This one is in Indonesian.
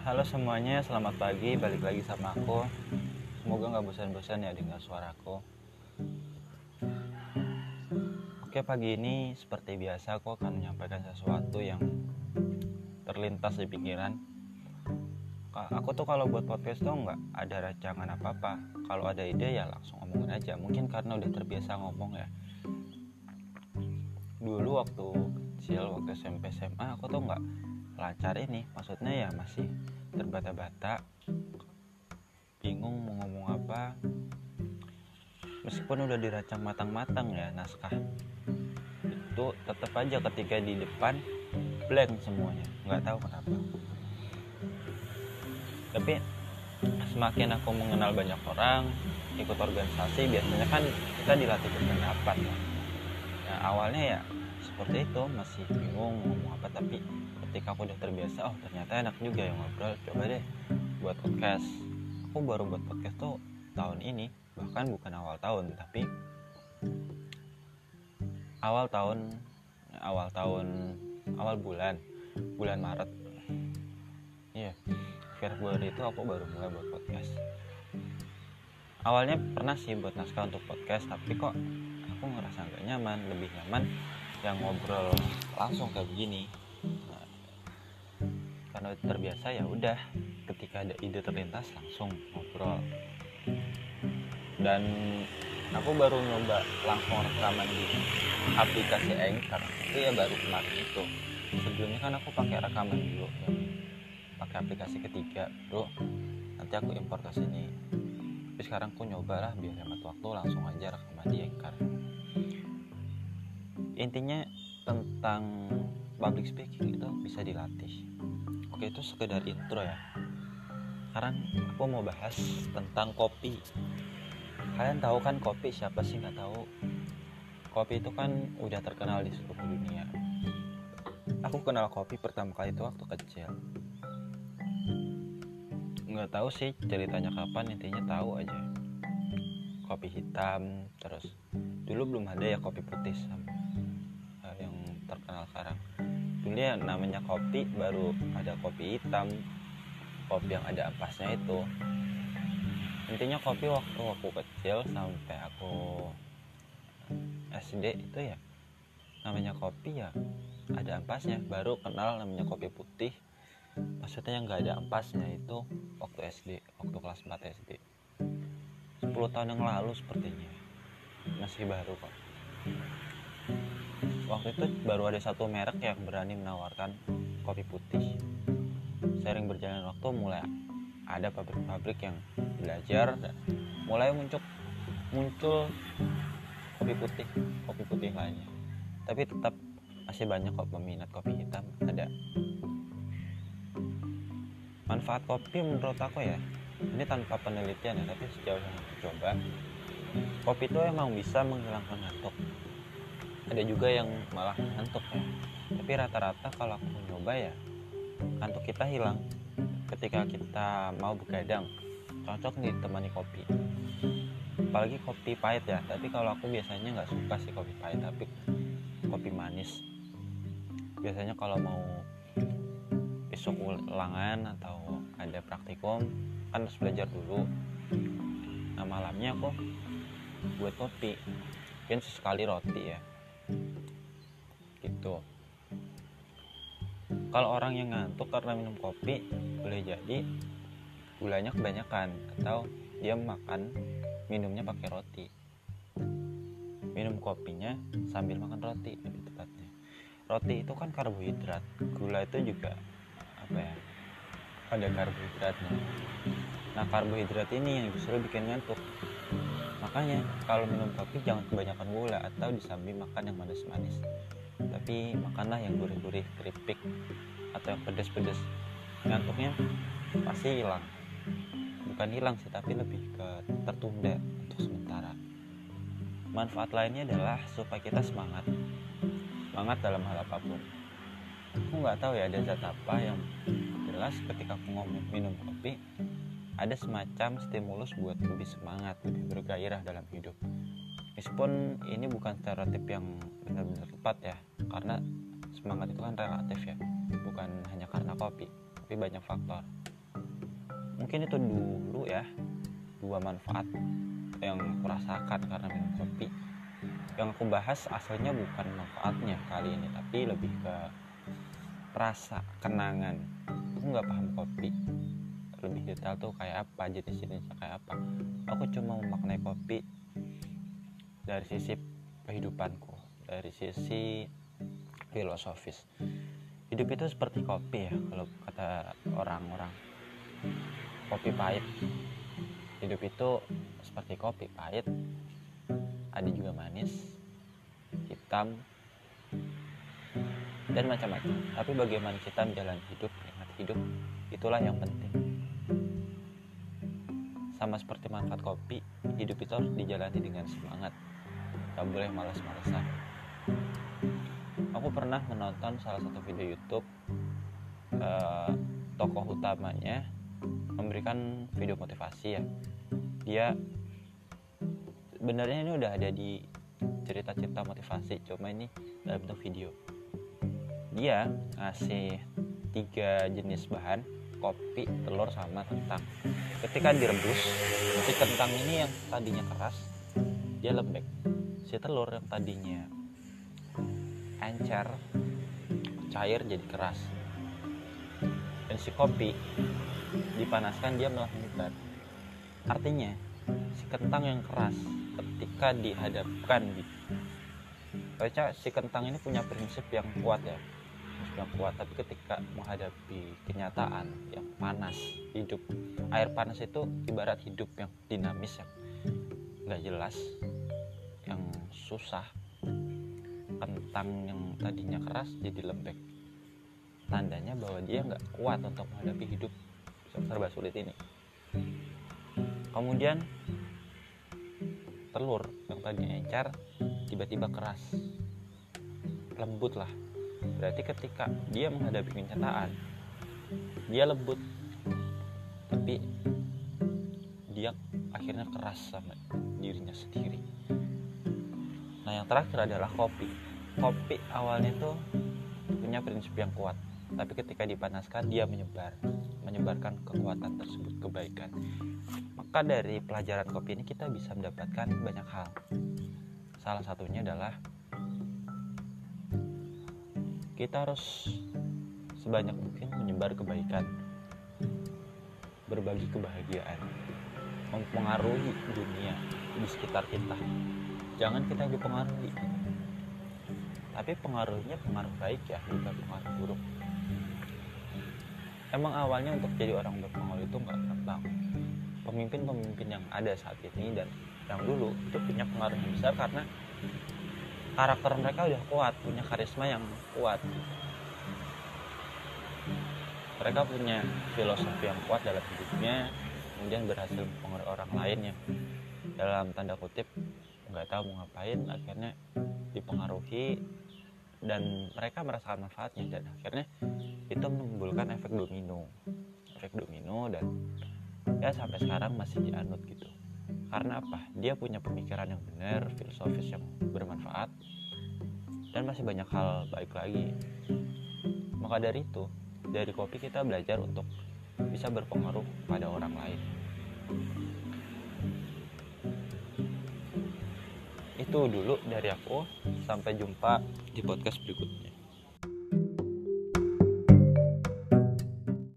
Halo semuanya, selamat pagi, balik lagi sama aku. Semoga gak bosan-bosan ya dengar suaraku. Oke, pagi ini seperti biasa aku akan menyampaikan sesuatu yang terlintas di pikiran. Aku tuh kalau buat podcast tuh gak ada rancangan apa-apa. Kalau ada ide ya langsung ngomongin aja. Mungkin karena udah terbiasa ngomong ya. Dulu waktu kecil, waktu SMP, SMA aku tuh gak lancar ini. Maksudnya ya masih terbata-bata, bingung mau ngomong apa. Meskipun udah dirancang matang-matang ya naskah, itu tetap aja ketika di depan blank semuanya, nggak tahu kenapa. Tapi semakin aku mengenal banyak orang, ikut organisasi, biasanya kan kita dilatih berpendapat ya. Nah, awalnya ya seperti itu, masih bingung ngomong apa, tapi ketika aku udah terbiasa, oh ternyata enak juga ya ngobrol, coba deh buat podcast. Aku baru buat podcast tuh tahun ini, bahkan bukan awal tahun, tapi awal bulan Maret. Iya, Februari itu aku baru mulai buat podcast. Awalnya pernah sih buat naskah untuk podcast, tapi kok aku ngerasa gak nyaman, lebih nyaman yang ngobrol langsung kayak begini. Nah, karena terbiasa ya udah, ketika ada ide terlintas langsung ngobrol. Dan aku baru nyoba langsung rekaman di aplikasi Anchor itu ya baru kemarin itu. Sebelumnya kan aku pakai rekaman dulu ya, pakai aplikasi ketiga, bro. Nanti aku import ke sini. Tapi sekarang aku nyoba lah biar hemat waktu, langsung aja rekaman di Anchor. Intinya tentang public speaking itu bisa dilatih. Oke, itu sekedar intro ya. Sekarang aku mau bahas tentang kopi. Kalian tahu kan kopi, siapa sih nggak tahu? Kopi itu kan udah terkenal di seluruh dunia. Aku kenal kopi pertama kali itu waktu kecil. Nggak tahu sih ceritanya kapan, intinya tahu aja. Kopi hitam, terus dulu belum ada ya kopi putih sama yang terkenal sekarang. Dulu ya namanya kopi, baru ada kopi hitam, kopi yang ada ampasnya itu. Intinya kopi waktu aku kecil sampai aku SD itu ya namanya kopi ya ada ampasnya, baru kenal namanya kopi putih. Maksudnya yang gak ada ampasnya itu waktu SD, waktu kelas 4 SD, 10 tahun yang lalu sepertinya. Masih baru kok. Waktu itu baru ada satu merek yang berani menawarkan kopi putih. Seiring berjalan waktu mulai ada pabrik-pabrik yang belajar dan mulai muncul kopi putih lainnya. Tapi tetap masih banyak kok peminat kopi hitam ada. Manfaat kopi menurut aku ya, ini tanpa penelitian ya, tapi sejauh yang aku coba, kopi itu emang bisa menghilangkan ngantuk. Ada juga yang malah ngantuk ya, tapi rata-rata kalau aku nyoba ya ngantuk kita hilang. Ketika kita mau begadang, cocok nih ditemani kopi, apalagi kopi pahit ya. Tapi kalau aku biasanya nggak suka sih kopi pahit, tapi kopi manis. Biasanya kalau mau besok ulangan atau ada praktikum kan harus belajar dulu. Nah malamnya aku buat kopi, mungkin sesekali roti ya gitu. Kalau orang yang ngantuk karena minum kopi, boleh jadi gulanya kebanyakan, atau dia minumnya pakai roti. Minum kopinya sambil makan roti lebih tepatnya. Roti itu kan karbohidrat, gula itu juga ada karbohidratnya. Nah karbohidrat ini yang justru bikin ngantuk. Makanya kalau minum kopi jangan kebanyakan gula atau disambi makan yang manis-manis, tapi makanlah yang gurih-gurih, keripik atau yang pedas-pedas. Ngantuknya pasti hilang. Bukan hilang sih, tapi lebih ke tertunda untuk sementara. Manfaat lainnya adalah supaya kita semangat dalam hal apapun. Aku nggak tahu ya ada zat apa yang jelas ketika aku minum kopi ada semacam stimulus buat lebih semangat, lebih bergairah dalam hidup. Meskipun ini bukan stereotip yang benar-benar tepat ya, karena semangat itu kan relatif ya, bukan hanya karena kopi, tapi banyak faktor. Mungkin itu dulu ya 2 manfaat yang aku rasakan karena minum kopi. Yang aku bahas aslinya bukan manfaatnya kali ini, tapi lebih ke rasa, kenangan. Aku nggak paham kopi lebih detail tuh kayak apa, jenis-jenisnya kayak apa. Aku cuma memaknai kopi dari sisi kehidupanku, dari sisi filosofis. Hidup itu seperti kopi ya, kalau kata orang-orang. Kopi pahit. Hidup itu seperti kopi pahit, ada juga manis, hitam, dan macam-macam. Tapi bagaimana kita menjalani hidup, nikmat hidup, itulah yang penting. Sama seperti manfaat kopi, hidup itu harus dijalani dengan semangat, gak boleh malas-malasan. Aku pernah menonton salah satu video YouTube, tokoh utamanya memberikan video motivasi ya. Dia sebenarnya ini udah ada di cerita-cerita motivasi, cuma ini dalam bentuk video. Dia ngasih 3 jenis bahan, kopi, telur, sama kentang. Ketika direbus, si kentang ini yang tadinya keras, dia lembek. Si telur yang tadinya encer, cair, jadi keras. Dan si kopi dipanaskan, dia malah menyebar. Artinya si kentang yang keras ketika dihadapkan baca, si kentang ini punya prinsip yang kuat ya, tapi ketika menghadapi kenyataan yang panas, hidup, air panas itu ibarat hidup yang dinamis, yang nggak jelas, yang susah. Kentang yang tadinya keras jadi lembek, tandanya bahwa dia nggak kuat untuk menghadapi hidup serba sulit ini. Kemudian telur yang tadinya encer tiba-tiba keras, lembut lah. Berarti ketika dia menghadapi kenyataan, dia lembut, tapi dia akhirnya keras sama dirinya sendiri. Nah, yang terakhir adalah kopi. Kopi awalnya tuh punya prinsip yang kuat, tapi ketika dipanaskan dia menyebarkan kekuatan tersebut, kebaikan. Maka dari pelajaran kopi ini kita bisa mendapatkan banyak hal. Salah satunya adalah kita harus sebanyak mungkin menyebar kebaikan, berbagi kebahagiaan, mempengaruhi dunia di sekitar kita. Jangan kita yang dipengaruhi, tapi pengaruhnya pengaruh baik ya, bukan pengaruh buruk. Emang awalnya untuk jadi orang berpengaruh itu gak gampang. Pemimpin-pemimpin yang ada saat ini dan yang dulu itu punya pengaruh yang besar karena karakter mereka udah kuat, punya karisma yang kuat. Mereka punya filosofi yang kuat dalam hidupnya, kemudian berhasil mempengaruhi orang lain yang dalam tanda kutip nggak tahu mau ngapain, akhirnya dipengaruhi dan mereka merasakan manfaatnya, dan akhirnya itu menimbulkan efek domino dan ya sampai sekarang masih dianut gitu. Karena apa? Dia punya pemikiran yang benar, filosofis yang bermanfaat, dan masih banyak hal baik lagi. Maka dari itu, dari kopi kita belajar untuk bisa berpengaruh pada orang lain. Itu dulu dari aku. Sampai jumpa di podcast berikutnya.